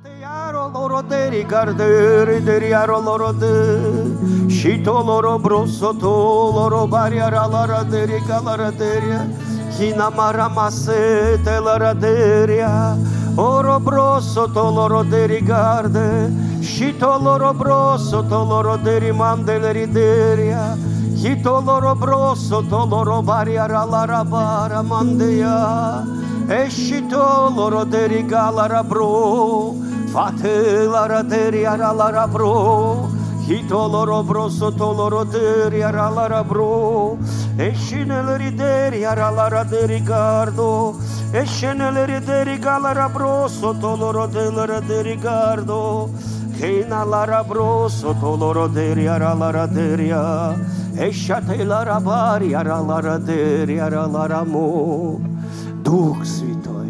Yaro loro deri gardere deri yaro loro de Shito loro brosso to loro bariara lara deri galara deria Hina maramase te lara deria Oro brosso to loro deri garde Shito loro brosso to loro deri mandeleri deria Hito loro brosso to loro bariara lara bara mandeia Eşito loro deri galara bro Fatelara deri aralara bro Hito loro broso to loro deri aralara bro Eşineleri deri aralara deri gardo Eşineleri deri galara broso to loro delara deri gardo Heinalara broso to loro deri aralara deria Eşatelara bari aralara deri aralara mo Дух Святой,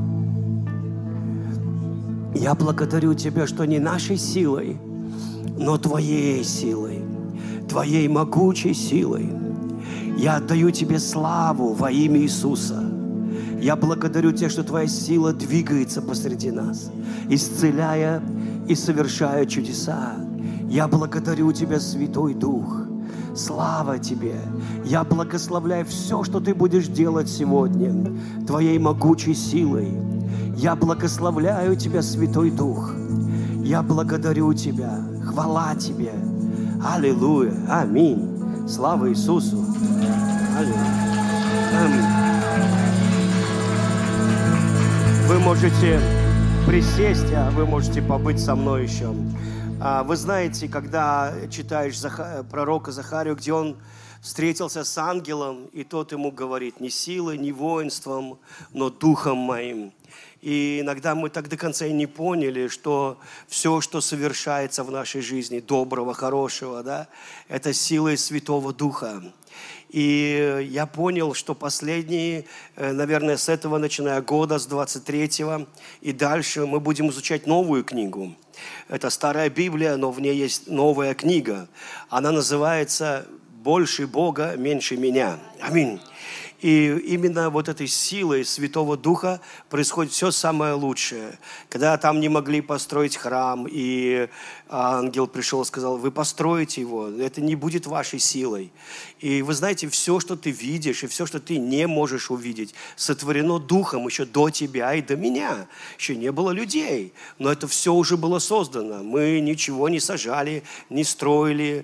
я благодарю Тебя, что не нашей силой, но Твоей силой, Твоей могучей силой. Я отдаю Тебе славу во имя Иисуса. Я благодарю Тебя, что Твоя сила двигается посреди нас, исцеляя и совершая чудеса. Я благодарю Тебя, Святой Дух. Слава Тебе! Я благословляю все, что Ты будешь делать сегодня, Твоей могучей силой. Я благословляю Тебя, Святой Дух. Я благодарю Тебя. Хвала Тебе. Аллилуйя. Аминь. Слава Иисусу. Аллилуйя. Аминь. Вы можете присесть, а вы можете побыть со мной еще. Вы знаете, когда читаешь пророка Захарию, где он встретился с ангелом, и тот ему говорит: не силой, не воинством, но духом моим. И иногда мы так до конца и не поняли, что все, что совершается в нашей жизни, доброго, хорошего, да, это силой Святого Духа. И я понял, что последние, наверное, с этого, начиная года, с 23-го и дальше, мы будем изучать новую книгу. Это старая Библия, но в ней есть новая книга. Она называется «Больше Бога, меньше меня». Аминь. И именно вот этой силой Святого Духа происходит все самое лучшее. Когда там не могли построить храм, и ангел пришел и сказал: вы построите его, это не будет вашей силой. И вы знаете, все, что ты видишь, и все, что ты не можешь увидеть, сотворено Духом еще до тебя и до меня. Еще не было людей, но это все уже было создано. Мы ничего не сажали, не строили,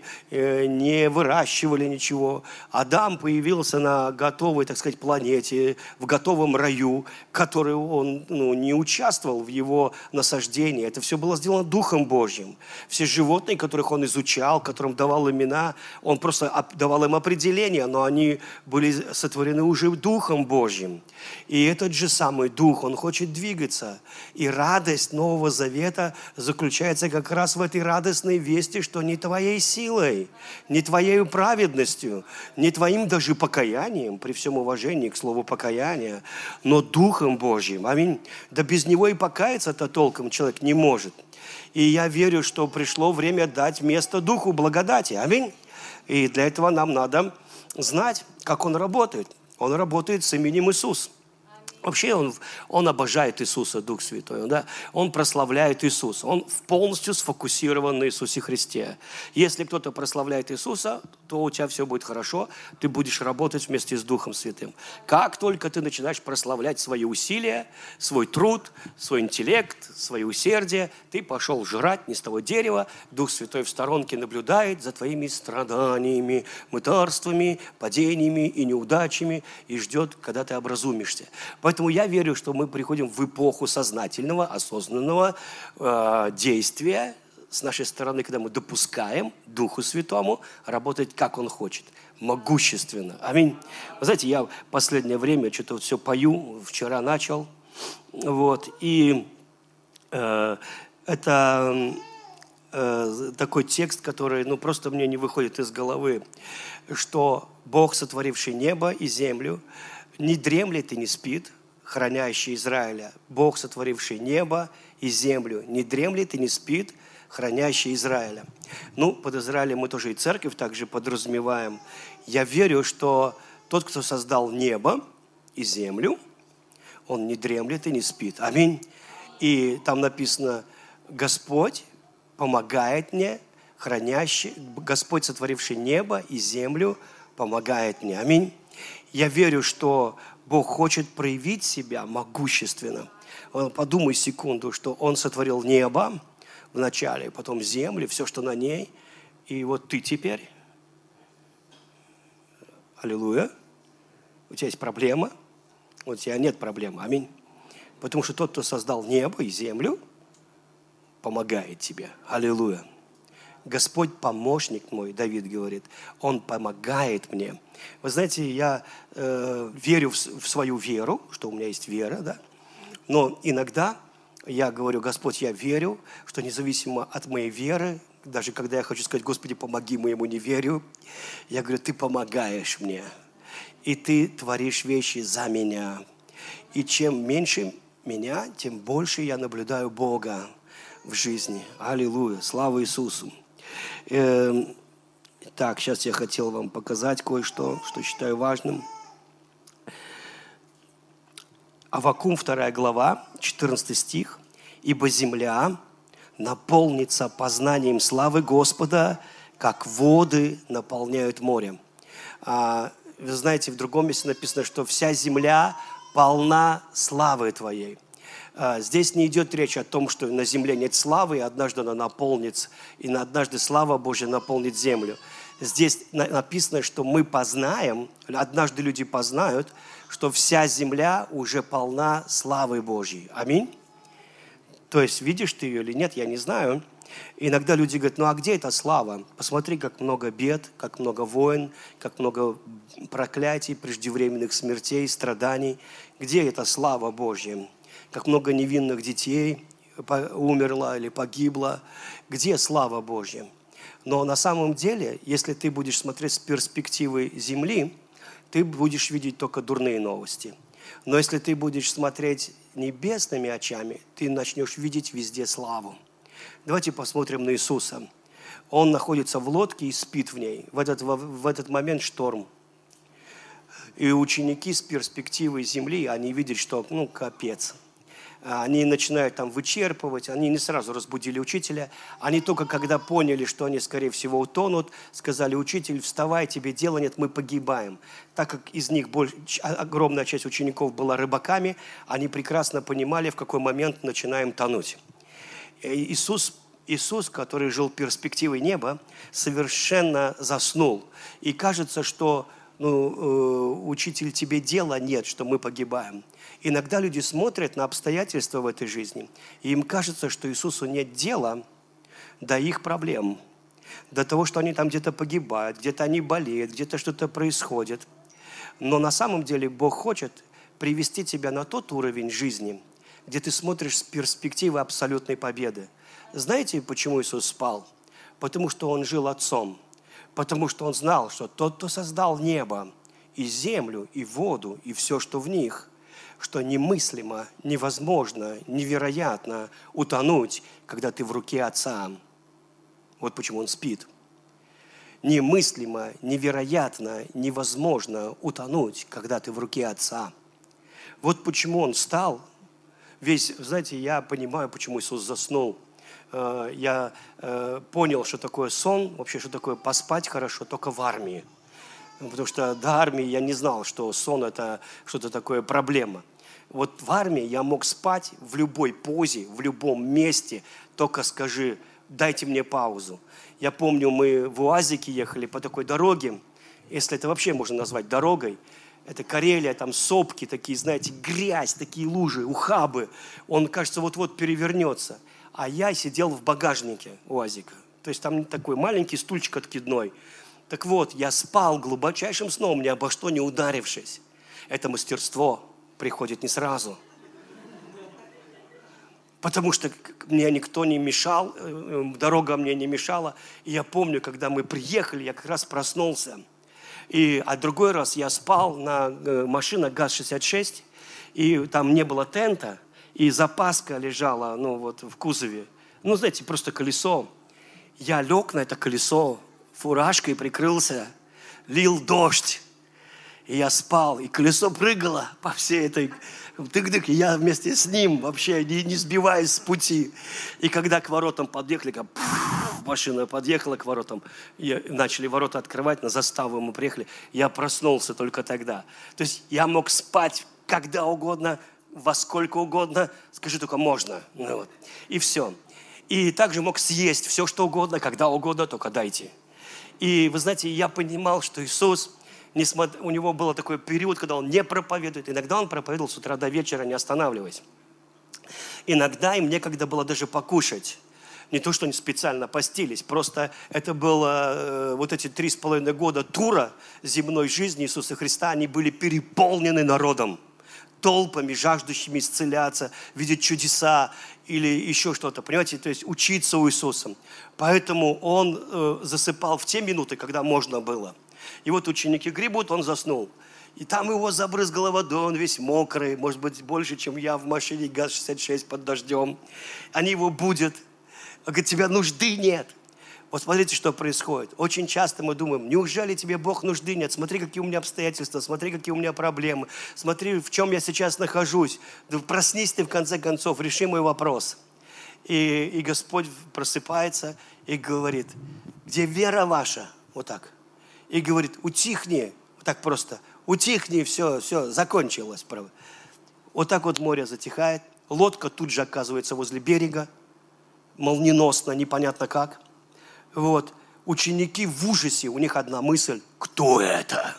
не выращивали ничего. Адам появился на готовой, так сказать, планете, в готовом раю, который он не участвовал в его насаждении. Это все было сделано Духом Божьим. Все животные, которых он изучал, которым давал имена, он просто давал им определения, но они были сотворены уже Духом Божьим. И этот же самый Дух, он хочет двигаться. И радость Нового Завета заключается как раз в этой радостной вести, что не твоей силой, не твоей праведностью, не твоим даже покаянием, при всем уважении к слову покаяние, но Духом Божьим. Аминь. Да без него и покаяться-то толком человек не может. И я верю, что пришло время дать место Духу благодати. Аминь. И для этого нам надо знать, как Он работает. Он работает с именем Иисус. Вообще он обожает Иисуса, Дух Святой. Да? Он прославляет Иисуса. Он полностью сфокусирован на Иисусе Христе. Если кто-то прославляет Иисуса, то у тебя все будет хорошо. Ты будешь работать вместе с Духом Святым. Как только ты начинаешь прославлять свои усилия, свой труд, свой интеллект, свое усердие, ты пошел жрать не с того дерева. Дух Святой в сторонке наблюдает за твоими страданиями, мытарствами, падениями и неудачами и ждет, когда ты образумишься. Поэтому я верю, что мы приходим в эпоху сознательного, осознанного действия с нашей стороны, когда мы допускаем Духу Святому работать, как Он хочет, могущественно. Аминь. Вы знаете, я в последнее время что-то вот все пою, вчера начал, вот, и это такой текст, который, просто мне не выходит из головы, что Бог, сотворивший небо и землю, не дремлет и не спит, хранящий Израиля. Бог, сотворивший небо и землю, не дремлет и не спит, хранящий Израиля. Под Израилем мы тоже и церковь также подразумеваем. Я верю, что тот, кто создал небо и землю, он не дремлет и не спит. Аминь. И там написано, Господь помогает мне, Господь, сотворивший небо и землю, помогает мне. Аминь. Я верю, что Бог хочет проявить себя могущественно. Подумай секунду, что Он сотворил небо вначале, потом землю, все, что на ней. И вот ты теперь. Аллилуйя. У тебя есть проблема? У тебя нет проблемы. Аминь. Потому что тот, кто создал небо и землю, помогает тебе. Аллилуйя. Господь помощник мой, Давид говорит, Он помогает мне. Вы знаете, я верю в свою веру, что у меня есть вера, да? Но иногда я говорю: Господь, я верю, что независимо от моей веры, даже когда я хочу сказать: Господи, помоги моему неверию, я говорю: Ты помогаешь мне, и Ты творишь вещи за меня. И чем меньше меня, тем больше я наблюдаю Бога в жизни. Аллилуйя, слава Иисусу. Так, сейчас я хотел вам показать кое-что, что считаю важным. Аввакум 2 глава, 14 стих. «Ибо земля наполнится познанием славы Господа, как воды наполняют море». Вы знаете, в другом месте написано, что вся земля полна славы Твоей. Здесь не идет речь о том, что на земле нет славы, и однажды она наполнится, и однажды слава Божья наполнит землю. Здесь написано, что мы познаем, однажды люди познают, что вся земля уже полна славы Божьей. Аминь. То есть, видишь ты ее или нет, я не знаю. Иногда люди говорят: ну а где эта слава? Посмотри, как много бед, как много войн, как много проклятий, преждевременных смертей, страданий. Где эта слава Божья? Как много невинных детей умерло или погибло. Где слава Божья? Но на самом деле, если ты будешь смотреть с перспективы земли, ты будешь видеть только дурные новости. Но если ты будешь смотреть небесными очами, ты начнешь видеть везде славу. Давайте посмотрим на Иисуса. Он находится в лодке и спит в ней. В этот момент шторм. И ученики с перспективы земли, они видят, что капец. Они начинают там вычерпывать, они не сразу разбудили учителя. Они только когда поняли, что они, скорее всего, утонут, сказали: учитель, вставай, тебе дела нет, мы погибаем. Так как из них огромная часть учеников была рыбаками, они прекрасно понимали, в какой момент начинаем тонуть. Иисус, который жил перспективой неба, совершенно заснул. И кажется, что учитель, тебе дела нет, что мы погибаем. Иногда люди смотрят на обстоятельства в этой жизни, и им кажется, что Иисусу нет дела до их проблем, до того, что они там где-то погибают, где-то они болеют, где-то что-то происходит. Но на самом деле Бог хочет привести тебя на тот уровень жизни, где ты смотришь с перспективы абсолютной победы. Знаете, почему Иисус спал? Потому что Он жил Отцом. Потому что Он знал, что тот, кто создал небо, и землю, и воду, и все, что в них, что немыслимо, невозможно, невероятно утонуть, когда ты в руке Отца. Вот почему Он спит. Немыслимо, невероятно, невозможно утонуть, когда ты в руке Отца. Вот почему Он встал. Знаете, я понимаю, почему Иисус заснул. Я понял, что такое сон, вообще, что такое поспать хорошо, только в армии. Потому что до армии я не знал, что сон – это что-то такое проблема. Вот в армии я мог спать в любой позе, в любом месте, только скажи: дайте мне паузу. Я помню, мы в УАЗике ехали по такой дороге, если это вообще можно назвать дорогой. Это Карелия, там сопки такие, знаете, грязь, такие лужи, ухабы. Он, кажется, вот-вот перевернется. А я сидел в багажнике УАЗика. То есть там такой маленький стульчик откидной. Так вот, я спал глубочайшим сном, ни обо что не ударившись. Это мастерство приходит не сразу. Потому что мне никто не мешал, дорога мне не мешала. И я помню, когда мы приехали, я как раз проснулся. А другой раз я спал на машине ГАЗ-66, и там не было тента, и запаска лежала, в кузове. Знаете, просто колесо. Я лег на это колесо, фуражкой прикрылся, лил дождь. И я спал, и колесо прыгало по всей этой... Тык-дык, и я вместе с ним вообще не сбиваясь с пути. И когда к воротам подъехали, как машина подъехала к воротам, и начали ворота открывать, на заставу мы приехали, я проснулся только тогда. То есть я мог спать когда угодно, во сколько угодно, скажи только можно. Ну, вот. И все. И также мог съесть все, что угодно, когда угодно, только дайте. И вы знаете, я понимал, что Иисус... У него был такой период, когда он не проповедует. Иногда он проповедовал с утра до вечера, не останавливаясь. Иногда им некогда было даже покушать. Не то, что они специально постились. Просто это было вот эти 3,5 года тура земной жизни Иисуса Христа. Они были переполнены народом. Толпами, жаждущими исцеляться, видеть чудеса или еще что-то. Понимаете, то есть учиться у Иисуса. Поэтому он засыпал в те минуты, когда можно было. И вот ученики гребут, он заснул. И там его забрызгало водой, он весь мокрый, может быть, больше, чем я в машине ГАЗ-66 под дождем. Они его будут. Он говорит, тебя нужды нет. Вот смотрите, что происходит. Очень часто мы думаем, неужели тебе Бог нужды нет? Смотри, какие у меня обстоятельства, смотри, какие у меня проблемы. Смотри, в чем я сейчас нахожусь. Да проснись ты, в конце концов, реши мой вопрос. И Господь просыпается и говорит, где вера ваша? Вот так. И говорит, утихни, вот так просто, утихни, все, закончилось. Вот так вот море затихает, лодка тут же оказывается возле берега, молниеносно, непонятно как. Вот, ученики в ужасе, у них одна мысль, кто это?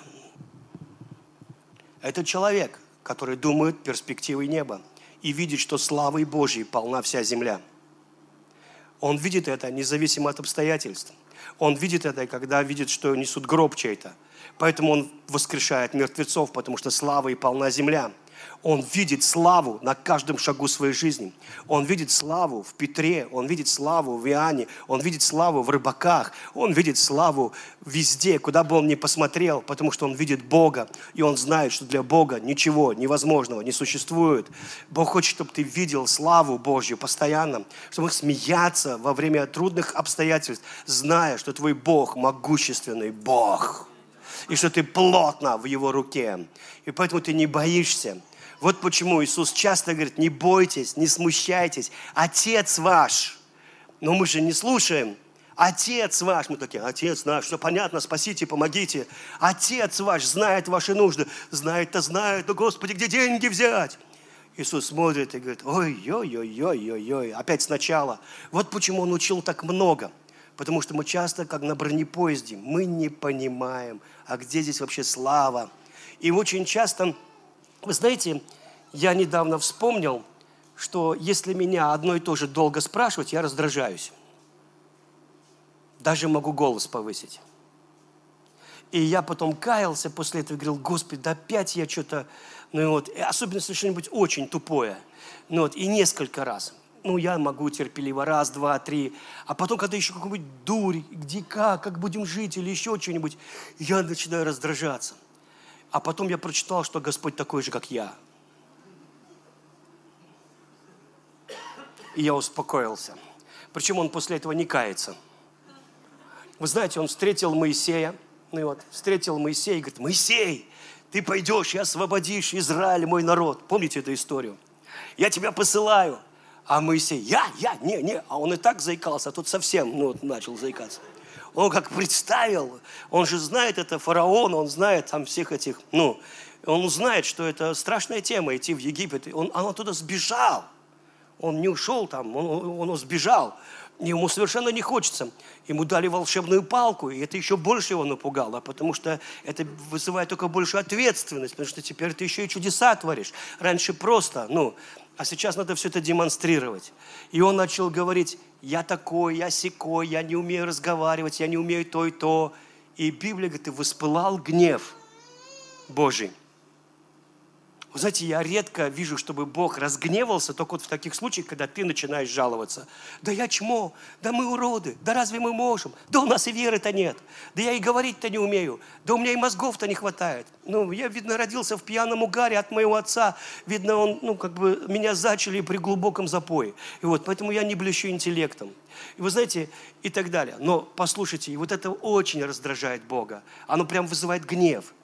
Это человек, который думает перспективой неба и видит, что славой Божьей полна вся земля. Он видит это независимо от обстоятельств. Он видит это, когда видит, что несут гроб чей-то. Поэтому он воскрешает мертвецов, потому что слава и полна земля. Он видит славу на каждом шагу своей жизни. Он видит славу в Петре, он видит славу в Иоанне, он видит славу в рыбаках, он видит славу везде, куда бы он ни посмотрел, потому что он видит Бога, и он знает, что для Бога ничего невозможного не существует. Бог хочет, чтобы ты видел славу Божью постоянно, чтобы мог смеяться во время трудных обстоятельств, зная, что твой Бог могущественный Бог, и что ты плотно в Его руке, и поэтому ты не боишься. Вот почему Иисус часто говорит, не бойтесь, не смущайтесь, Отец ваш. Но мы же не слушаем. Отец ваш, мы такие, Отец наш, все понятно, спасите, помогите. Отец ваш знает ваши нужды, знает-то знает, но, Господи, где деньги взять? Иисус смотрит и говорит, ой-ой-ой-ой-ой-ой, опять сначала. Вот почему Он учил так много. Потому что мы часто, как на бронепоезде, мы не понимаем, а где здесь вообще слава. И очень часто, вы знаете, я недавно вспомнил, что если меня одно и то же долго спрашивать, я раздражаюсь. Даже могу голос повысить. И я потом каялся после этого и говорил, Господи, да опять я что-то, ну вот, особенно если что-нибудь очень тупое. Ну вот, и несколько раз. Ну, я могу терпеливо, раз, два, три. А потом, когда еще какую-нибудь дурь, где как будем жить или еще что-нибудь, я начинаю раздражаться. А потом я прочитал, что Господь такой же, как я. И я успокоился. Причем Он после этого не кается. Вы знаете, Он встретил Моисея. Ну и вот, встретил Моисея и говорит, Моисей, ты пойдешь и освободишь Израиль, мой народ. Помните эту историю? Я тебя посылаю. А Моисей, не. А он и так заикался, а тут совсем, начал заикаться. Он как представил, он же знает, это фараон, он знает там всех этих, он знает, что это страшная тема, идти в Египет. Он оттуда сбежал. Он не ушел там, он сбежал. Ему совершенно не хочется. Ему дали волшебную палку, и это еще больше его напугало, потому что это вызывает только большую ответственность, потому что теперь ты еще и чудеса творишь. Раньше просто, а сейчас надо все это демонстрировать. И он начал говорить, я такой, я сякой, я не умею разговаривать, я не умею то и то. И Библия говорит, и воспылал гнев Божий. Вы знаете, я редко вижу, чтобы Бог разгневался, только вот в таких случаях, когда ты начинаешь жаловаться. Да я чмо, да мы уроды, да разве мы можем? Да у нас и веры-то нет, да я и говорить-то не умею, да у меня и мозгов-то не хватает. Я, видно, родился в пьяном угаре от моего отца, видно, он, меня зачали при глубоком запое. И вот, поэтому я не блещу интеллектом. И вы знаете, и так далее. Но послушайте, и вот это очень раздражает Бога. Оно прям вызывает гнев.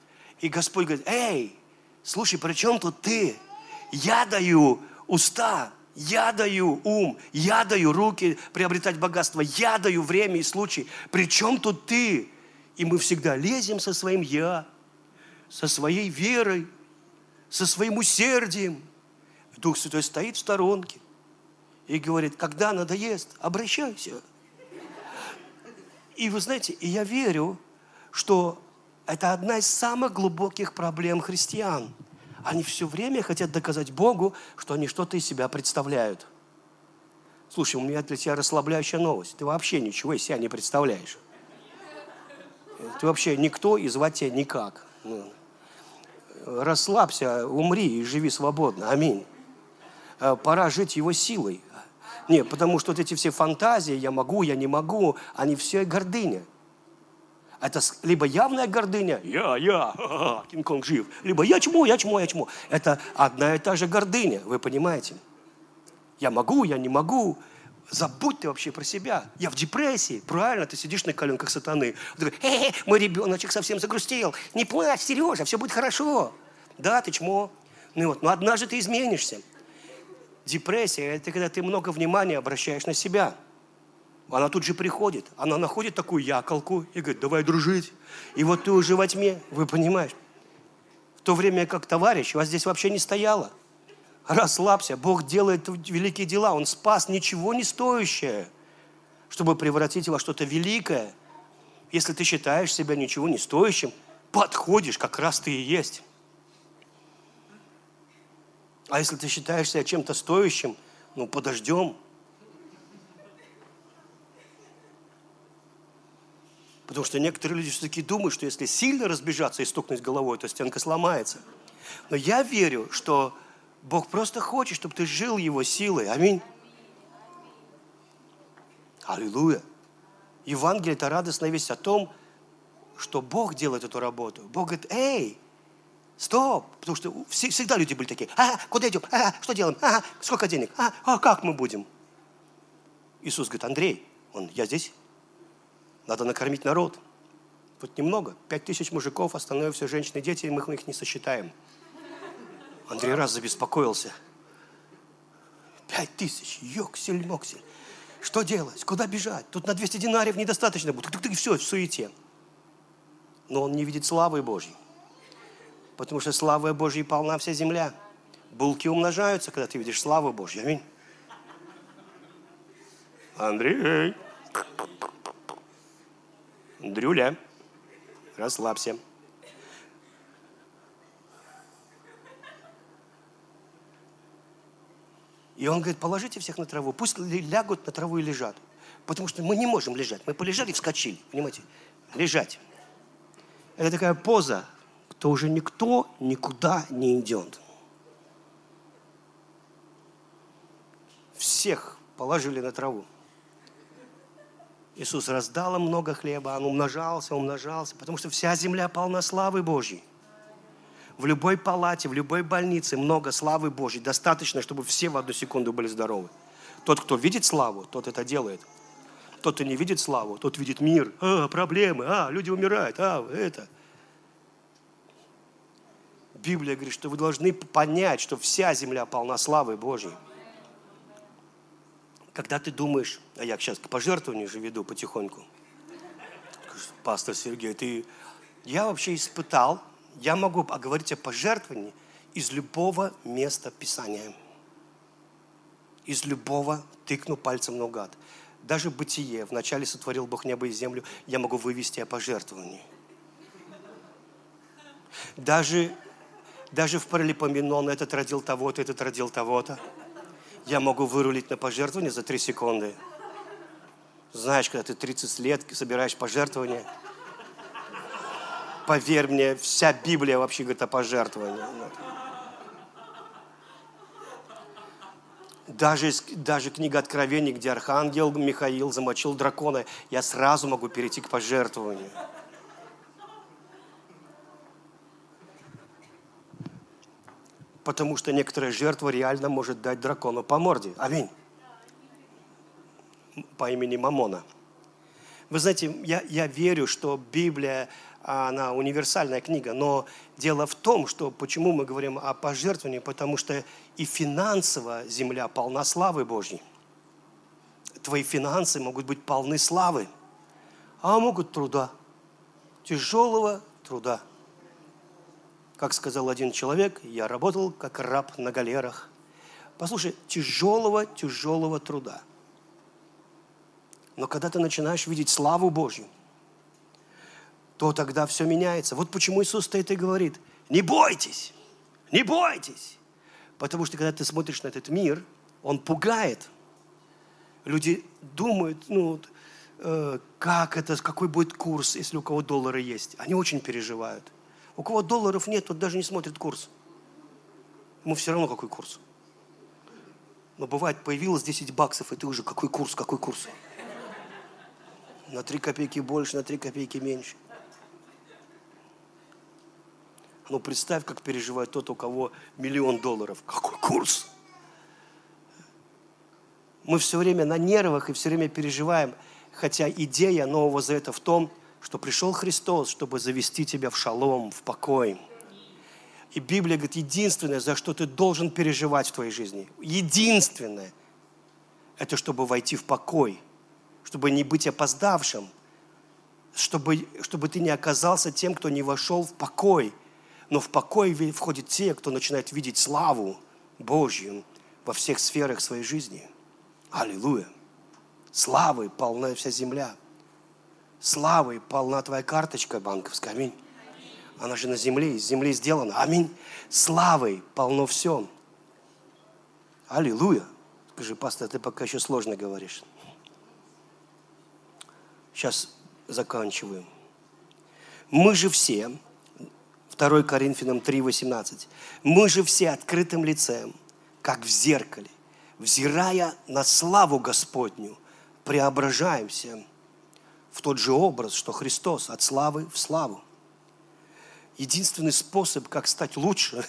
И Господь говорит: эй, слушай, при чем тут ты? Я даю уста, я даю ум, я даю руки приобретать богатство, я даю время и случай. При чем тут ты? И мы всегда лезем со своим «я», со своей верой, со своим усердием. Дух Святой стоит в сторонке и говорит: когда надоест, обращайся. И вы знаете, и я верю, что это одна из самых глубоких проблем христиан. Они все время хотят доказать Богу, что они что-то из себя представляют. Слушай, у меня для тебя расслабляющая новость. Ты вообще ничего из себя не представляешь. Ты вообще никто, и звать тебя никак. Расслабься, умри и живи свободно. Аминь. Пора жить Его силой. Нет, потому что вот эти все фантазии, я могу, я не могу, они все гордыня. Это либо явная гордыня, Кинг-Конг жив, либо я чмо. Это одна и та же гордыня, вы понимаете? Я могу, я не могу. Забудь ты вообще про себя. Я в депрессии. Правильно, ты сидишь на коленках сатаны. Ты говоришь: мой ребеночек совсем загрустил. Не плачь, Сережа, все будет хорошо. Да, ты чмо. Но однажды ты изменишься. Депрессия – это когда ты много внимания обращаешь на себя. Она тут же приходит. Она находит такую яколку и говорит: давай дружить. И вот ты уже во тьме, вы понимаете. В то время как товарищ вас здесь вообще не стояло. Расслабься, Бог делает великие дела. Он спас ничего не стоящее, чтобы превратить его во что-то великое. Если ты считаешь себя ничего не стоящим, подходишь, как раз ты и есть. А если ты считаешь себя чем-то стоящим, подождем. Потому что некоторые люди все-таки думают, что если сильно разбежаться и стукнуть головой, то стенка сломается. Но я верю, что Бог просто хочет, чтобы ты жил Его силой. Аминь. Аллилуйя. Евангелие – это радостная весть о том, что Бог делает эту работу. Бог говорит: эй, стоп. Потому что всегда люди были такие: куда идем? Что делаем? Сколько денег? Как мы будем? Иисус говорит: Андрей, я здесь. Надо накормить народ. Тут немного. 5000 мужиков, остальное все женщины и дети, и мы их не сосчитаем. Андрей раз забеспокоился. 5000, ёксель-моксель. Что делать? Куда бежать? Тут на 200 динариев недостаточно будет. И все, в суете. Но он не видит славы Божьей. Потому что славой Божьей полна вся земля. Булки умножаются, когда ты видишь славу Божью. Аминь. Андрей. Дрюля, расслабься. И он говорит: положите всех на траву, пусть лягут на траву и лежат. Потому что мы не можем лежать. Мы полежали и вскочили, понимаете? Лежать. Это такая поза, кто уже никто никуда не идет. Всех положили на траву. Иисус раздал им много хлеба, он умножался, потому что вся земля полна славы Божьей. В любой палате, в любой больнице много славы Божьей. Достаточно, чтобы все в одну секунду были здоровы. Тот, кто видит славу, тот это делает. Тот, кто не видит славу, тот видит мир. Проблемы, люди умирают, это. Библия говорит, что вы должны понять, что вся земля полна славы Божьей. Когда ты думаешь, я сейчас к пожертвованию же веду потихоньку. Пастор Сергей, я вообще испытал, я могу говорить о пожертвовании из любого места Писания. Из любого тыкну пальцем наугад. Даже Бытие, вначале сотворил Бог небо и землю, я могу вывести о пожертвовании. Даже в Паралипоменон этот родил того-то, этот родил того-то. Я могу вырулить на пожертвование за 3 секунды. Знаешь, когда ты 30 лет собираешь пожертвования, поверь мне, вся Библия вообще говорит о пожертвовании. Даже книга Откровений, где архангел Михаил замочил дракона, я сразу могу перейти к пожертвованию. Потому что некоторая жертва реально может дать дракону по морде. Аминь. По имени Мамона. Вы знаете, я верю, что Библия, она универсальная книга, но дело в том, что почему мы говорим о пожертвовании, потому что и финансово земля полна славы Божьей. Твои финансы могут быть полны славы, а могут труда, тяжелого труда. Как сказал один человек, я работал как раб на галерах. Послушай, тяжелого труда. Но когда ты начинаешь видеть славу Божью, то тогда все меняется. Вот почему Иисус стоит и говорит, не бойтесь, не бойтесь. Потому что когда ты смотришь на этот мир, он пугает. Люди думают, какой будет курс, если у кого доллары есть. Они очень переживают. У кого долларов нет, тот даже не смотрит курс. Ему все равно какой курс. Но бывает, появилось 10 баксов, и ты уже какой курс. На 3 копейки больше, на 3 копейки меньше. Ну, представь, как переживает тот, у кого $1 000 000. Какой курс? Мы все время на нервах и все время переживаем, хотя идея Нового Завета в том, что пришел Христос, чтобы завести тебя в шалом, в покой. И Библия говорит, единственное, за что ты должен переживать в твоей жизни, единственное, это чтобы войти в покой, чтобы не быть опоздавшим, чтобы ты не оказался тем, кто не вошел в покой. Но в покой входят те, кто начинает видеть славу Божью во всех сферах своей жизни. Аллилуйя! Славой полна вся земля. Славой полна твоя карточка банковская. Аминь. Она же на земле, из земли сделана. Аминь. Славой полно все. Аллилуйя. Скажи, пастор, ты пока еще сложно говоришь. Сейчас заканчиваем. Мы же все, 2 Коринфянам 3:18, мы же все открытым лицем, как в зеркале, взирая на славу Господню, преображаемся в тот же образ, что Христос, от славы в славу. Единственный способ, как стать лучше,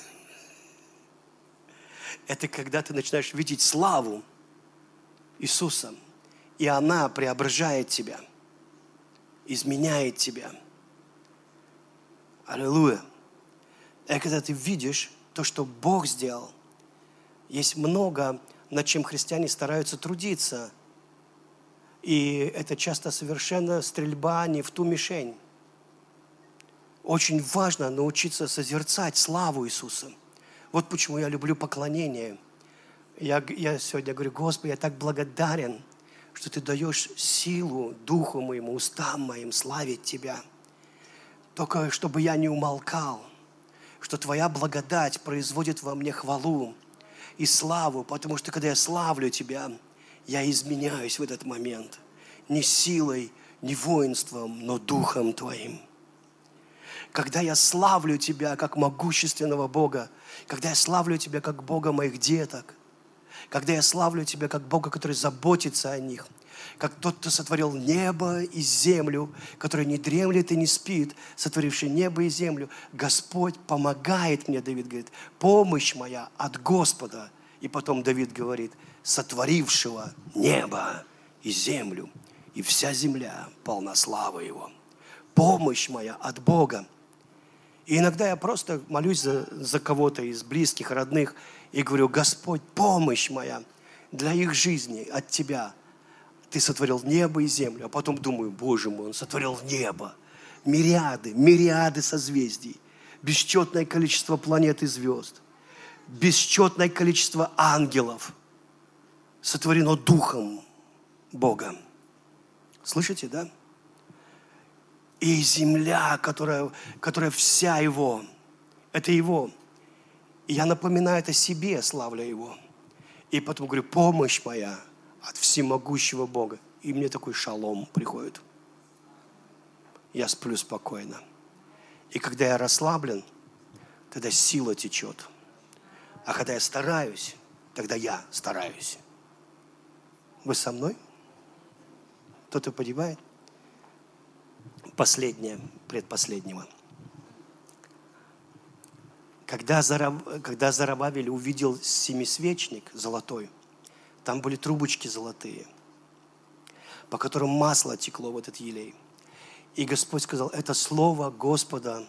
это когда ты начинаешь видеть славу Иисуса, и она преображает тебя, изменяет тебя. Аллилуйя. И когда ты видишь то, что Бог сделал, есть много, над чем христиане стараются трудиться. И это часто совершенно стрельба не в ту мишень. Очень важно научиться созерцать славу Иисуса. Вот почему я люблю поклонение. Я сегодня говорю, Господи, я так благодарен, что Ты даешь силу Духу моему, устам моим славить Тебя. Только чтобы я не умолкал, что Твоя благодать производит во мне хвалу и славу, потому что когда я славлю Тебя, я изменяюсь в этот момент. Не силой, не воинством, но Духом Твоим. Когда я славлю Тебя как могущественного Бога, когда я славлю Тебя как Бога моих деток, когда я славлю Тебя как Бога, который заботится о них, как тот, кто сотворил небо и землю, который не дремлет и не спит, сотворивший небо и землю, Господь помогает мне, Давид говорит, помощь моя от Господа. И потом Давид говорит, сотворившего небо и землю, и вся земля полна славы Его. Помощь моя от Бога. И иногда я просто молюсь за кого-то из близких, родных, и говорю, Господь, помощь моя для их жизни от Тебя. Ты сотворил небо и землю. А потом думаю, Боже мой, Он сотворил небо. Мириады созвездий. Бесчетное количество планет и звезд. Бесчетное количество ангелов. Сотворено Духом Бога. Слышите, да? И земля, которая вся Его, это Его. И я напоминаю это себе, славля Его. И потом говорю, помощь моя от всемогущего Бога. И мне такой шалом приходит. Я сплю спокойно. И когда я расслаблен, тогда сила течет. А когда я стараюсь, тогда я стараюсь. Вы со мной? Кто-то понимает? Последнее, предпоследнего. Когда Зоробабель увидел семисвечник золотой, там были трубочки золотые. по которым масло текло в этот елей. И Господь сказал, это слово Господа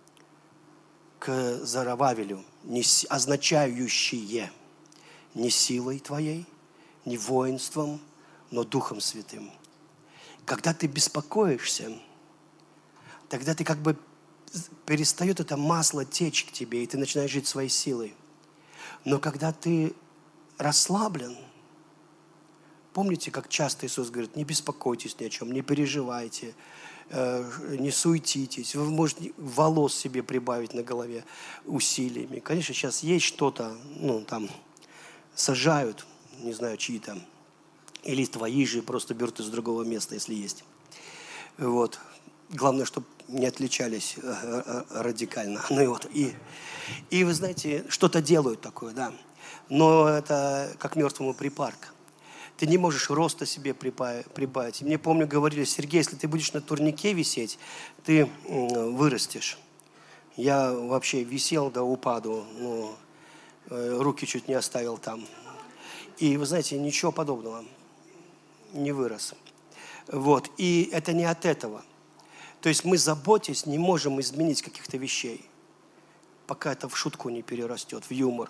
к Зоровавелю, означающее не силой твоей, не воинством, но Духом Святым. Когда ты беспокоишься, тогда ты как бы перестает это масло течь к тебе, и ты начинаешь жить своей силой. Но когда ты расслаблен, помните, как часто Иисус говорит, не беспокойтесь ни о чем, не переживайте, не суетитесь. Вы можете волос себе прибавить на голове усилиями. Конечно, сейчас есть что-то, там сажают, не знаю, чьи там, или твои же просто берут из другого места, если есть. Вот. Главное, чтобы не отличались радикально. И вы знаете, что-то делают такое, да. Но это как мертвому припарка. Ты не можешь роста себе прибавить. Мне, помню, говорили, Сергей, если ты будешь на турнике висеть, ты вырастешь. Я вообще висел до упаду, руки чуть не оставил там. И вы знаете, ничего подобного. Не вырос. Вот. И это не от этого. То есть мы, заботясь, не можем изменить каких-то вещей, пока это в шутку не перерастет, в юмор.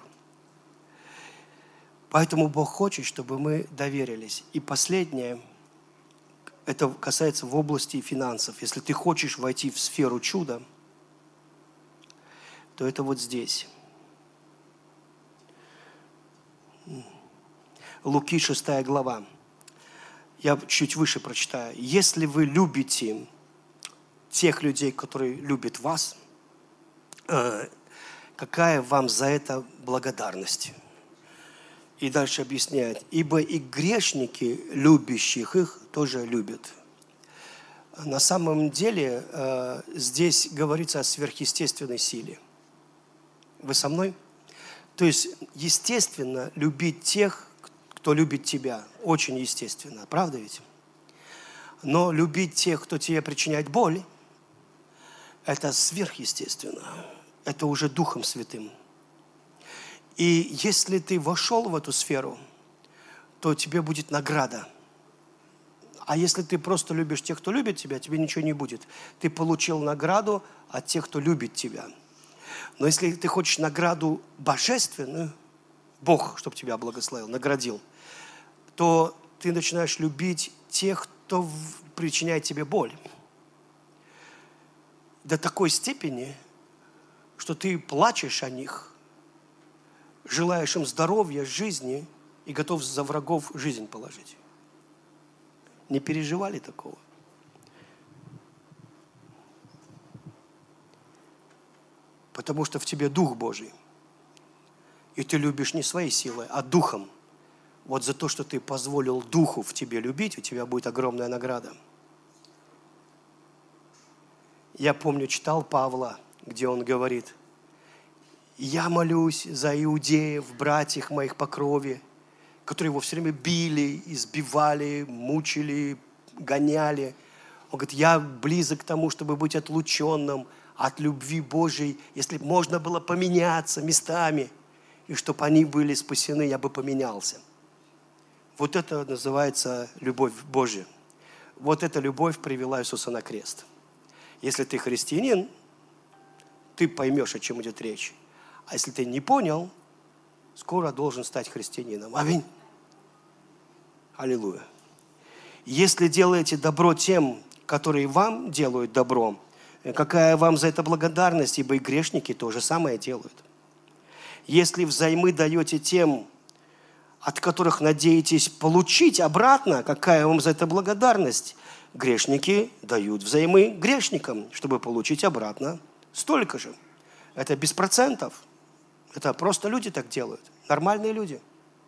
Поэтому Бог хочет, чтобы мы доверились. И последнее, это касается в области финансов. Если ты хочешь войти в сферу чуда, то это вот здесь. Луки 6 глава. Я чуть выше прочитаю. Если вы любите тех людей, которые любят вас, какая вам за это благодарность? И дальше объясняет. Ибо и грешники, любящих их, тоже любят. На самом деле здесь говорится о сверхъестественной силе. Вы со мной? То есть, естественно, любить тех, кто любит тебя. Очень естественно. Правда ведь? Но любить тех, кто тебе причиняет боль, это сверхъестественно. Это уже Духом Святым. И если ты вошел в эту сферу, то тебе будет награда. А если ты просто любишь тех, кто любит тебя, тебе ничего не будет. Ты получил награду от тех, кто любит тебя. Но если ты хочешь награду божественную, Бог, чтобы тебя благословил, наградил, то ты начинаешь любить тех, кто причиняет тебе боль. До такой степени, что ты плачешь о них, желаешь им здоровья, жизни и готов за врагов жизнь положить. Не переживали такого? Потому что в тебе Дух Божий. И ты любишь не своей силой, а Духом. Вот за то, что ты позволил Духу в тебе любить, у тебя будет огромная награда. Я помню, читал Павла, где он говорит: я молюсь за иудеев, братьев моих по крови, которые его все время били, избивали, мучили, гоняли. Он говорит, я близок к тому, чтобы быть отлученным от любви Божьей, если бы можно было поменяться местами, и чтобы они были спасены, я бы поменялся. Вот это называется любовь Божья. Вот эта любовь привела Иисуса на крест. Если ты христианин, ты поймешь, о чем идет речь. А если ты не понял, скоро должен стать христианином. Аминь. Аллилуйя. Если делаете добро тем, которые вам делают добро, какая вам за это благодарность, ибо и грешники то же самое делают. Если взаймы даете тем, от которых надеетесь получить обратно, какая вам за это благодарность? Грешники дают взаймы грешникам, чтобы получить обратно столько же. Это без процентов. Это просто люди так делают. Нормальные люди.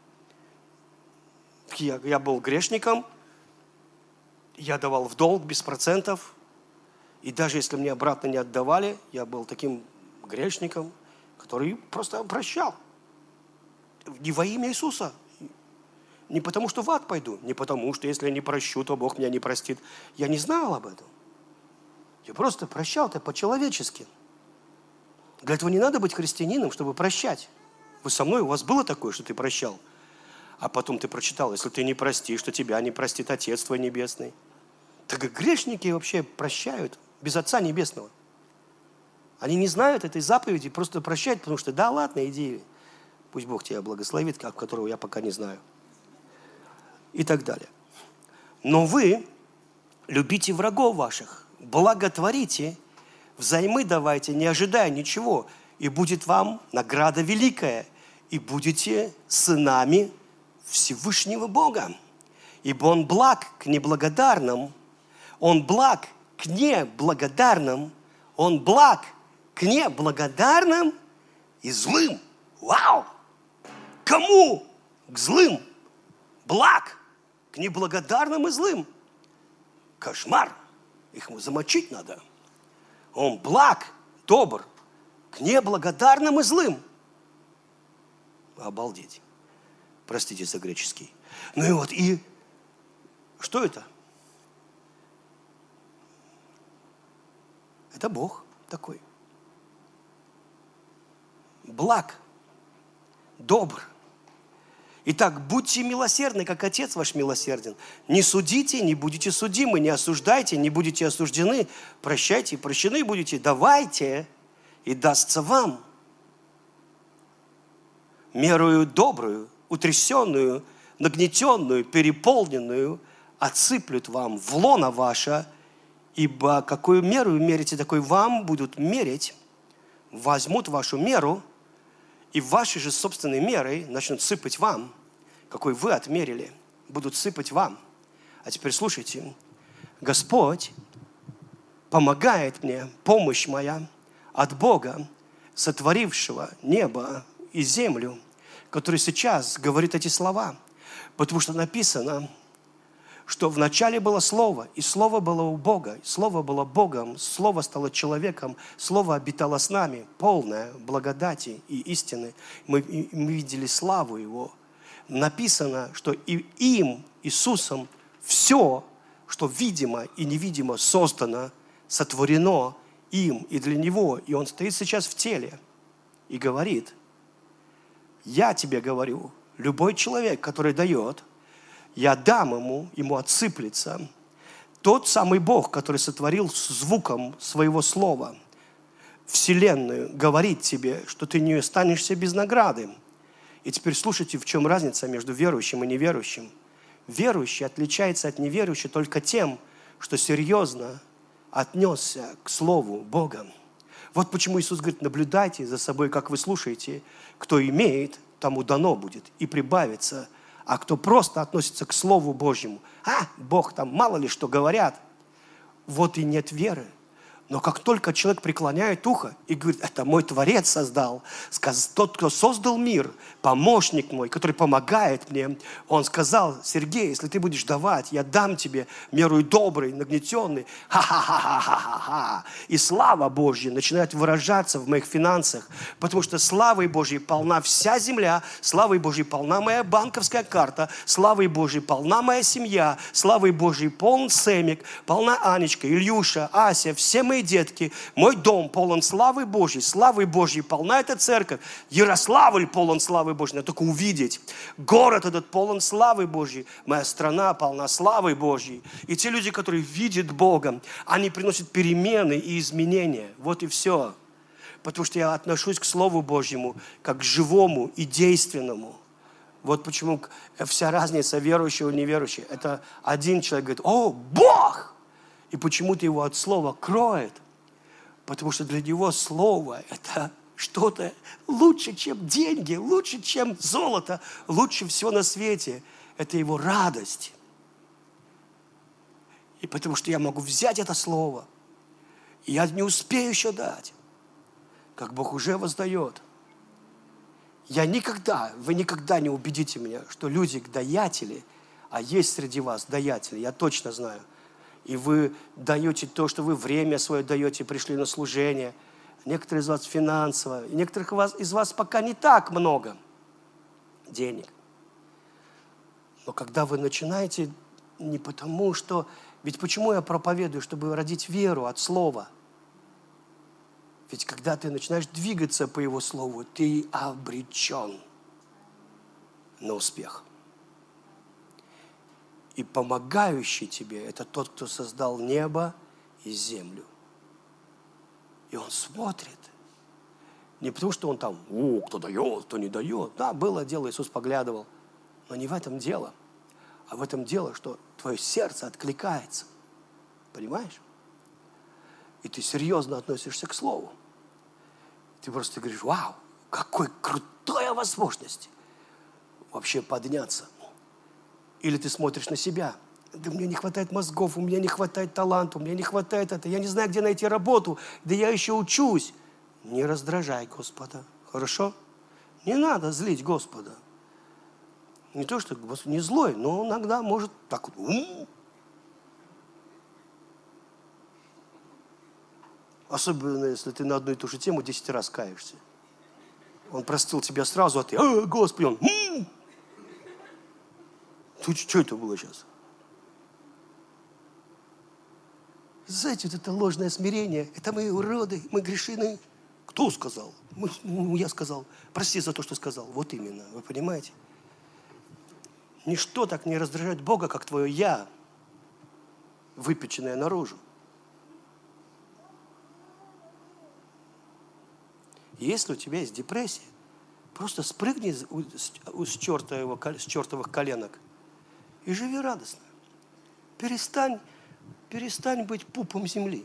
Я был грешником, я давал в долг без процентов. И даже если мне обратно не отдавали, я был таким грешником, который просто прощал. Не во имя Иисуса. Не потому, что в ад пойду. Не потому, что если я не прощу, то Бог меня не простит. Я не знал об этом. Я просто прощал-то по-человечески. Для этого не надо быть христианином, чтобы прощать. Вы со мной, у вас было такое, что ты прощал? А потом ты прочитал, если ты не простишь, то тебя не простит Отец твой Небесный. Так и грешники вообще прощают без Отца Небесного. Они не знают этой заповеди, просто прощают, потому что да ладно, иди, пусть Бог тебя благословит, которого я пока не знаю. И так далее. Но вы любите врагов ваших, благотворите, взаймы давайте, не ожидая ничего, и будет вам награда великая, и будете сынами Всевышнего Бога. Ибо Он благ к неблагодарным, Он благ к неблагодарным, Он благ к неблагодарным и злым. Вау! Кому? К злым. Благ к неблагодарным и злым. Кошмар. Их замочить надо. Он благ, добр к неблагодарным и злым. Обалдеть. Простите за греческий. Ну и вот, и что это? Это Бог такой. Благ, добр. Итак, будьте милосердны, как Отец ваш милосерден. Не судите, не будете судимы, не осуждайте, не будете осуждены. Прощайте, и прощены будете. Давайте, и дастся вам. Мерою добрую, утрясенную, нагнетенную, переполненную отсыплют вам в лоно ваше, ибо какую меру мерите, такой вам будут мерить, возьмут вашу меру, и вашей же собственной мерой начнут сыпать вам, какой вы отмерили, будут сыпать вам. А теперь слушайте. Господь помогает мне, помощь моя от Бога, сотворившего небо и землю, который сейчас говорит эти слова. Потому что написано, что вначале было Слово, и Слово было у Бога, и Слово было Богом, Слово стало человеком, Слово обитало с нами, полное благодати и истины. Мы видели славу Его. Написано, что и им, Иисусом, все, что видимо и невидимо создано, сотворено им и для Него. И Он стоит сейчас в теле и говорит: я тебе говорю, любой человек, который дает, я дам ему отсыплется. Тот самый Бог, который сотворил звуком своего слова Вселенную, говорит тебе, что ты не останешься без награды. И теперь слушайте, в чем разница между верующим и неверующим. Верующий отличается от неверующего только тем, что серьезно отнесся к Слову Бога. Вот почему Иисус говорит: наблюдайте за собой, как вы слушаете. Кто имеет, тому дано будет и прибавится. А кто просто относится к Слову Божьему, Бог там мало ли что говорят, вот и нет веры. Но как только человек преклоняет ухо и говорит: это мой Творец создал, тот, кто создал мир, помощник мой, который помогает мне, он сказал: Сергей, если ты будешь давать, я дам тебе меру добрый, нагнетенный, ха-ха-ха-ха-ха-ха. И слава Божья начинает выражаться в моих финансах, потому что славой Божьей полна вся земля, славой Божьей полна моя банковская карта, славой Божьей полна моя семья, славой Божьей полн Сэмик, полна Анечка, Ильюша, Ася, все мои детки, мой дом полон славы Божьей, полна эта церковь, Ярославль полон славы Божьей, надо только увидеть, город этот полон славы Божьей, моя страна полна славы Божьей, и те люди, которые видят Бога, они приносят перемены и изменения, вот и все, потому что я отношусь к Слову Божьему как к живому и действенному. Вот почему вся разница верующего и неверующего. Это один человек говорит: о, Бог! И почему-то его от слова кроет. Потому что для него слово – это что-то лучше, чем деньги, лучше, чем золото, лучше всего на свете. Это его радость. И потому что я могу взять это слово, и я не успею еще дать, как Бог уже воздает. Вы никогда не убедите меня, что люди даятели, а есть среди вас даятели, я точно знаю. И вы даете то, что вы время свое даете, пришли на служение. Некоторые из вас финансово, и некоторых из вас пока не так много денег. Но когда вы начинаете не потому, что... Ведь почему я проповедую? Чтобы родить веру от Слова. Ведь когда ты начинаешь двигаться по Его Слову, ты обречен на успех. И помогающий тебе – это тот, кто создал небо и землю. И Он смотрит. Не потому, что Он там, кто дает, кто не дает. Да, было дело, Иисус поглядывал. Но не в этом дело. А в этом дело, что твое сердце откликается. Понимаешь? И ты серьезно относишься к Слову. Ты просто говоришь, вау, какой крутая возможность вообще подняться. Или ты смотришь на себя. Да мне не хватает мозгов, у меня не хватает таланта, у меня не хватает это. Я не знаю, где найти работу, да я еще учусь. Не раздражай Господа, хорошо? Не надо злить Господа. Не то, что Господь не злой, но иногда может так вот. Особенно, если ты на одну и ту же тему 10 раз каешься. Он простил тебя сразу, а ты, Господи, он... Что это было сейчас? Знаете, вот это ложное смирение, это мы уроды, мы грешины. Кто сказал? Я сказал. Прости за то, что сказал. Вот именно, вы понимаете? Ничто так не раздражает Бога, как твое «я», выпеченное наружу. Если у тебя есть депрессия, просто спрыгни с чертовых коленок и живи радостно. Перестань быть пупом земли.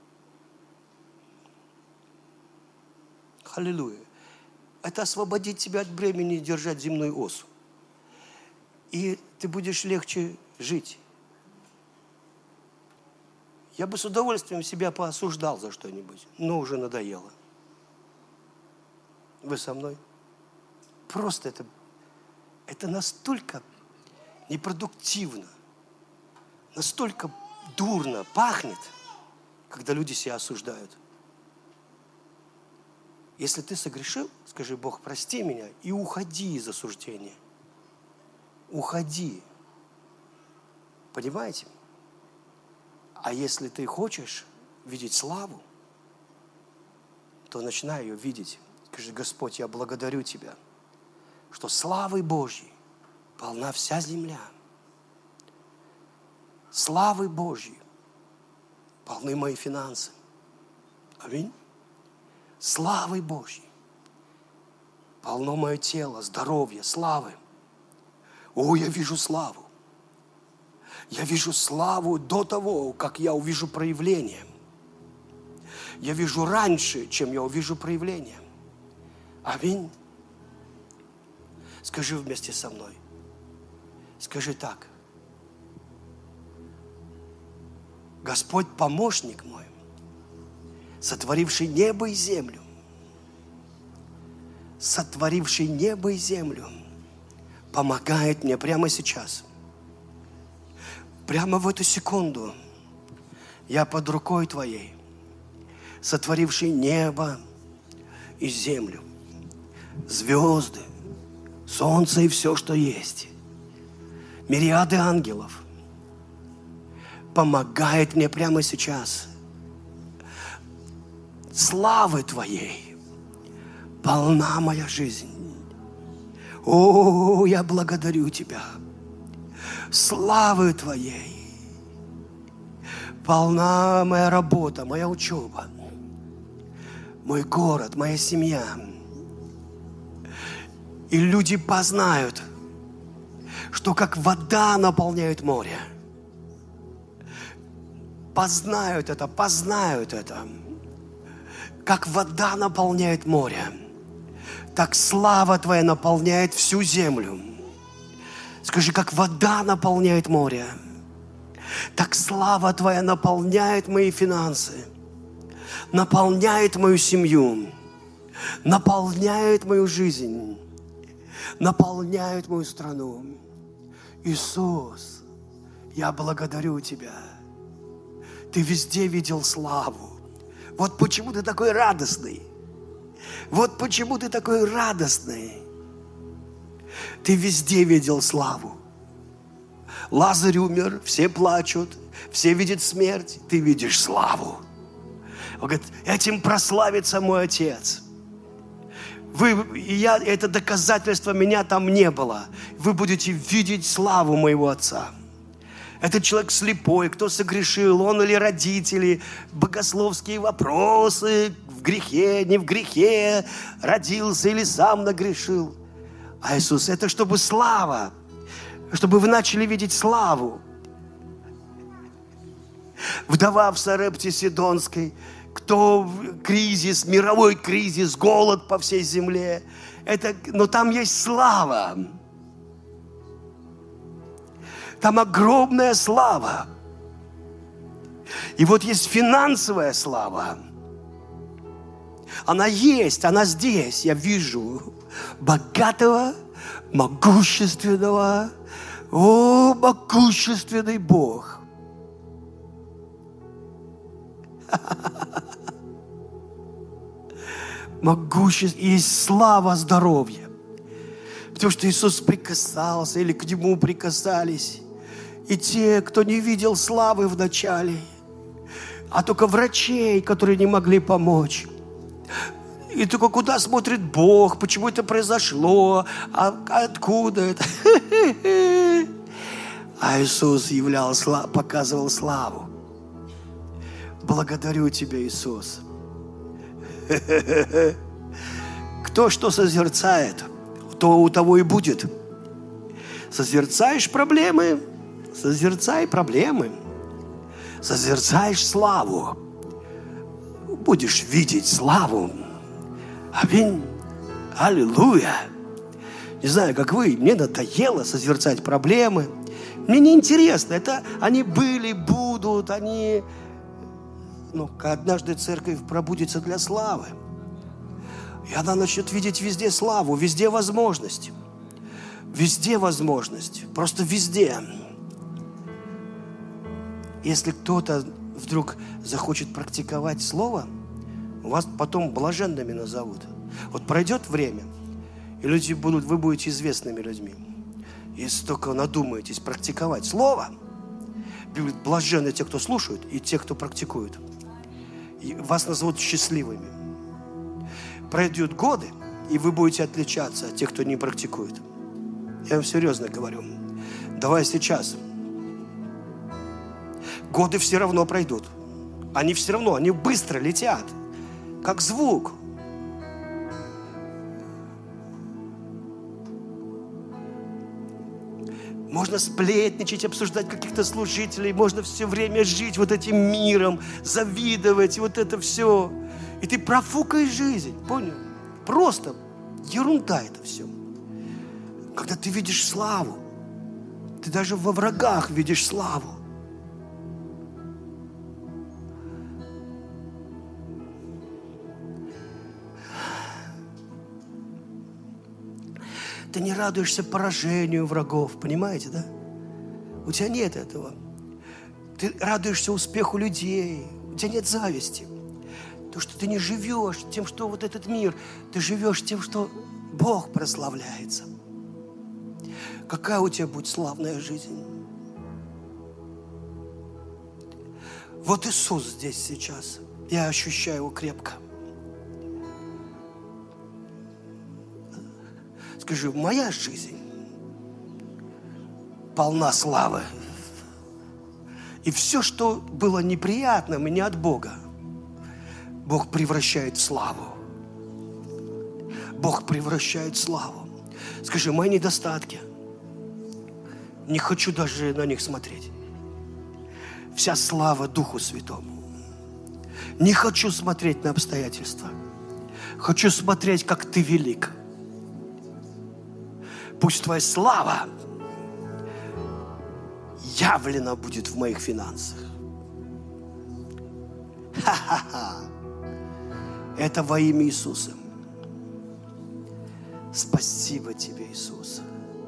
Аллилуйя. Это освободит тебя от бремени держать земную осу. И ты будешь легче жить. Я бы с удовольствием себя поосуждал за что-нибудь, но уже надоело. Вы со мной? Просто это настолько непродуктивно, настолько дурно пахнет, когда люди себя осуждают. Если ты согрешил, скажи: Бог, прости меня, и уходи из осуждения. Уходи. Понимаете? А если ты хочешь видеть славу, то начинай ее видеть. Скажи: Господь, я благодарю Тебя, что славой Божьей полна вся земля. Славой Божьей полны мои финансы. Аминь. Славой Божьей полно мое тело, здоровье, славы. О, я вижу славу. Я вижу славу до того, как я увижу проявление. Я вижу раньше, чем я увижу проявление. Аминь. Скажи вместе со мной. Скажи так. Господь помощник мой, сотворивший небо и землю, сотворивший небо и землю, помогает мне прямо сейчас. Прямо в эту секунду я под рукой Твоей, сотворивший небо и землю, звезды, солнце и все, что есть, мириады ангелов, помогает мне прямо сейчас. Славы Твоей полна моя жизнь. О, я благодарю Тебя. Славы Твоей полна моя работа, моя учеба, мой город, моя семья. И люди познают, что как вода наполняет море. Познают это. Как вода наполняет море, так слава Твоя наполняет всю землю. Скажи: как вода наполняет море, так слава Твоя наполняет мои финансы, наполняет мою семью, наполняет мою жизнь, наполняет мою страну. Иисус, я благодарю Тебя. Ты везде видел славу. Вот почему ты такой радостный. Вот почему ты такой радостный. Ты везде видел славу. Лазарь умер, все плачут, все видят смерть, ты видишь славу. Он говорит: этим прославится мой Отец. Это доказательство, меня там не было. Вы будете видеть славу моего Отца. Этот человек слепой, кто согрешил, он или родители, богословские вопросы, в грехе, не в грехе, родился или сам нагрешил. А Иисус, это чтобы слава, чтобы вы начали видеть славу. Вдова в Сарепте Сидонской, кто кризис, мировой кризис, голод по всей земле. Но там есть слава. Там огромная слава. И вот есть финансовая слава. Она есть, она здесь. Я вижу богатого, могущественного, могущественный Бог. Могущество, есть слава здоровья. Потому что Иисус прикасался, или к Нему прикасались. И те, кто не видел славы вначале, а только врачей, которые не могли помочь. И только куда смотрит Бог, почему это произошло, откуда это. А Иисус показывал славу. Благодарю Тебя, Иисус. Кто что созерцает, то у того и будет. Созерцаешь проблемы, созерцай проблемы. Созерцаешь славу, будешь видеть славу. Аминь. Аллилуйя. Не знаю, как вы, мне надоело созерцать проблемы. Мне неинтересно. Это они были, будут, они... Но однажды церковь пробудится для славы. И она начнет видеть везде славу, везде возможность. Везде возможность. Просто везде. Если кто-то вдруг захочет практиковать слово, вас потом блаженными назовут. Вот пройдет время, и вы будете известными людьми. Если только надумаетесь практиковать слово, блаженны те, кто слушают, и те, кто практикуют. И вас назовут счастливыми. Пройдут годы, и вы будете отличаться от тех, кто не практикует. Я вам серьезно говорю. Давай сейчас. Годы все равно пройдут. Они все равно, они быстро летят. Как звук. Можно сплетничать, обсуждать каких-то служителей. Можно все время жить вот этим миром, завидовать, и вот это все. И ты профукаешь жизнь, понял? Просто ерунда это все. Когда ты видишь славу, ты даже во врагах видишь славу. Ты не радуешься поражению врагов, понимаете, да? У тебя нет этого. Ты радуешься успеху людей, у тебя нет зависти. То, что ты не живешь тем, что вот этот мир, ты живешь тем, что Бог прославляется. Какая у тебя будет славная жизнь? Вот Иисус здесь сейчас. Я ощущаю Его крепко. Скажи, моя жизнь полна славы. И все, что было неприятным и не от Бога, Бог превращает в славу. Бог превращает в славу. Скажи, мои недостатки, не хочу даже на них смотреть. Вся слава Духу Святому. Не хочу смотреть на обстоятельства. Хочу смотреть, как Ты велик. Пусть Твоя слава явлена будет в моих финансах. Ха-ха-ха. Это во имя Иисуса. Спасибо Тебе, Иисус.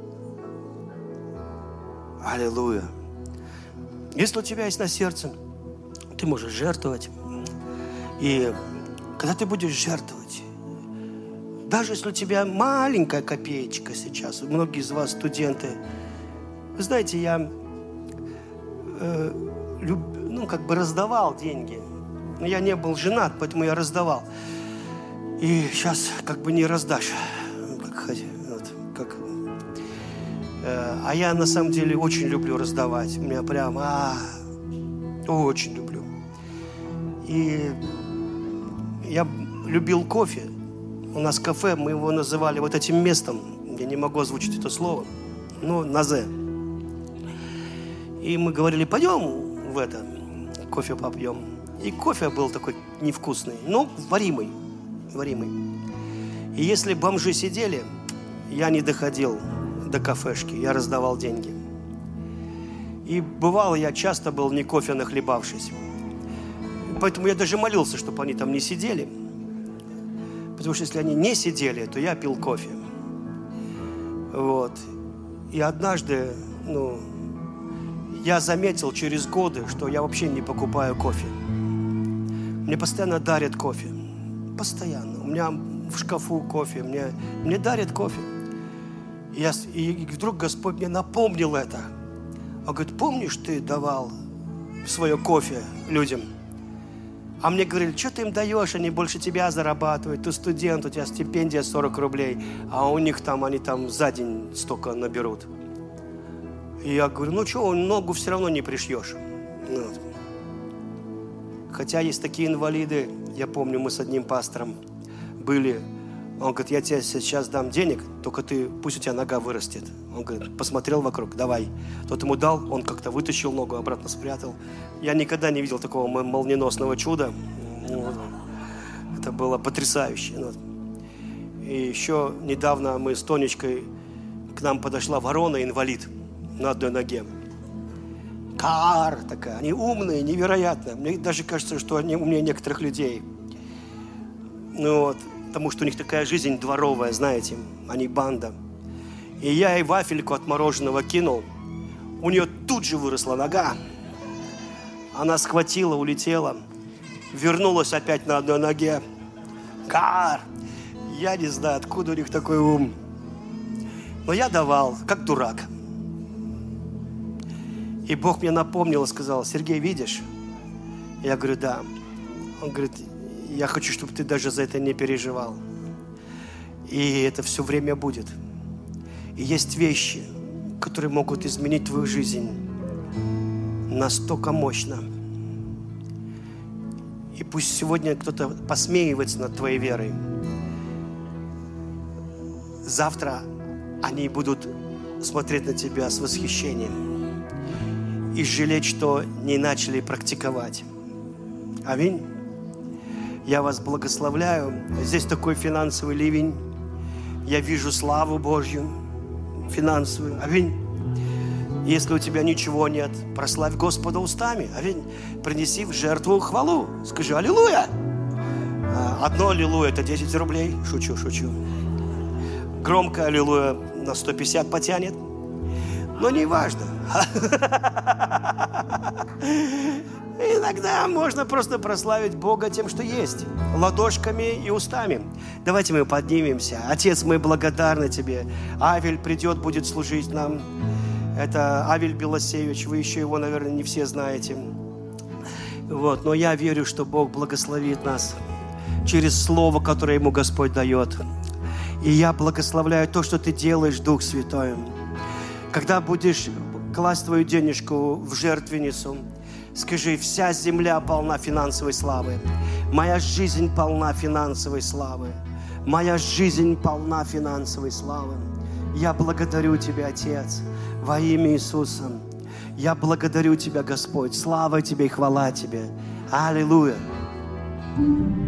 Аллилуйя. Если у тебя есть на сердце, ты можешь жертвовать. И когда ты будешь жертвовать, даже если у тебя маленькая копеечка сейчас, многие из вас студенты, вы знаете, я раздавал деньги. Но я не был женат, поэтому я раздавал. И сейчас не раздашь. А я на самом деле очень люблю раздавать. У меня прям, очень люблю. И я любил кофе. У нас кафе, мы его называли вот этим местом, я не могу озвучить это слово, но на «З». И мы говорили, пойдем в это, кофе попьем. И кофе был такой невкусный, но варимый. И если бомжи сидели, я не доходил до кафешки, я раздавал деньги. И бывало, я часто был не кофе нахлебавшись. Поэтому я даже молился, чтобы они там не сидели. Потому что если они не сидели, то я пил кофе. Вот. И однажды, я заметил через годы, что я вообще не покупаю кофе. Мне постоянно дарят кофе. Постоянно. У меня в шкафу кофе. Мне дарят кофе. И вдруг Господь мне напомнил это. Он говорит, помнишь, ты давал свое кофе людям? А мне говорили, что ты им даешь, они больше тебя зарабатывают. Ты студент, у тебя стипендия 40 рублей, а у них там, они там за день столько наберут. И я говорю, ногу все равно не пришьешь. Вот. Хотя есть такие инвалиды, я помню, мы с одним пастором были. Он говорит, я тебе сейчас дам денег, только пусть у тебя нога вырастет. Он говорит, посмотрел вокруг, давай. Тот ему дал, он как-то вытащил ногу, обратно спрятал. Я никогда не видел такого молниеносного чуда. Это было потрясающе. И еще недавно мы с Тонечкой, к нам подошла ворона-инвалид на одной ноге. Кар такая, они умные, невероятно. Мне даже кажется, что они умнее некоторых людей. Потому что у них такая жизнь дворовая, знаете, они банда. И я ей вафельку от мороженого кинул. У нее тут же выросла нога. Она схватила, улетела. Вернулась опять на одной ноге. Кар! Я не знаю, откуда у них такой ум. Но я давал, как дурак. И Бог мне напомнил и сказал, Сергей, видишь? Я говорю, да. Он говорит, я хочу, чтобы ты даже за это не переживал. И это все время будет. И есть вещи, которые могут изменить твою жизнь настолько мощно. И пусть сегодня кто-то посмеивается над твоей верой. Завтра они будут смотреть на тебя с восхищением и жалеть, что не начали практиковать. Аминь. Я вас благословляю. Здесь такой финансовый ливень. Я вижу славу Божью финансовую. Аминь. Если у тебя ничего нет, прославь Господа устами. Аминь. Принеси в жертву хвалу. Скажи аллилуйя. Одно аллилуйя – это 10 рублей. Шучу. Громко аллилуйя на 150 потянет. Но не важно. Иногда можно просто прославить Бога тем, что есть. Ладошками и устами. Давайте мы поднимемся. Отец, мы благодарны Тебе. Авель придет, будет служить нам. Это Авель Белосевич. Вы еще его, наверное, не все знаете. Но я верю, что Бог благословит нас через слово, которое ему Господь дает. И я благословляю то, что Ты делаешь, Дух Святой. Когда будешь класть твою денежку в жертвенницу, скажи, вся земля полна финансовой славы. Моя жизнь полна финансовой славы. Моя жизнь полна финансовой славы. Я благодарю Тебя, Отец, во имя Иисуса. Я благодарю Тебя, Господь. Слава Тебе и хвала Тебе. Аллилуйя.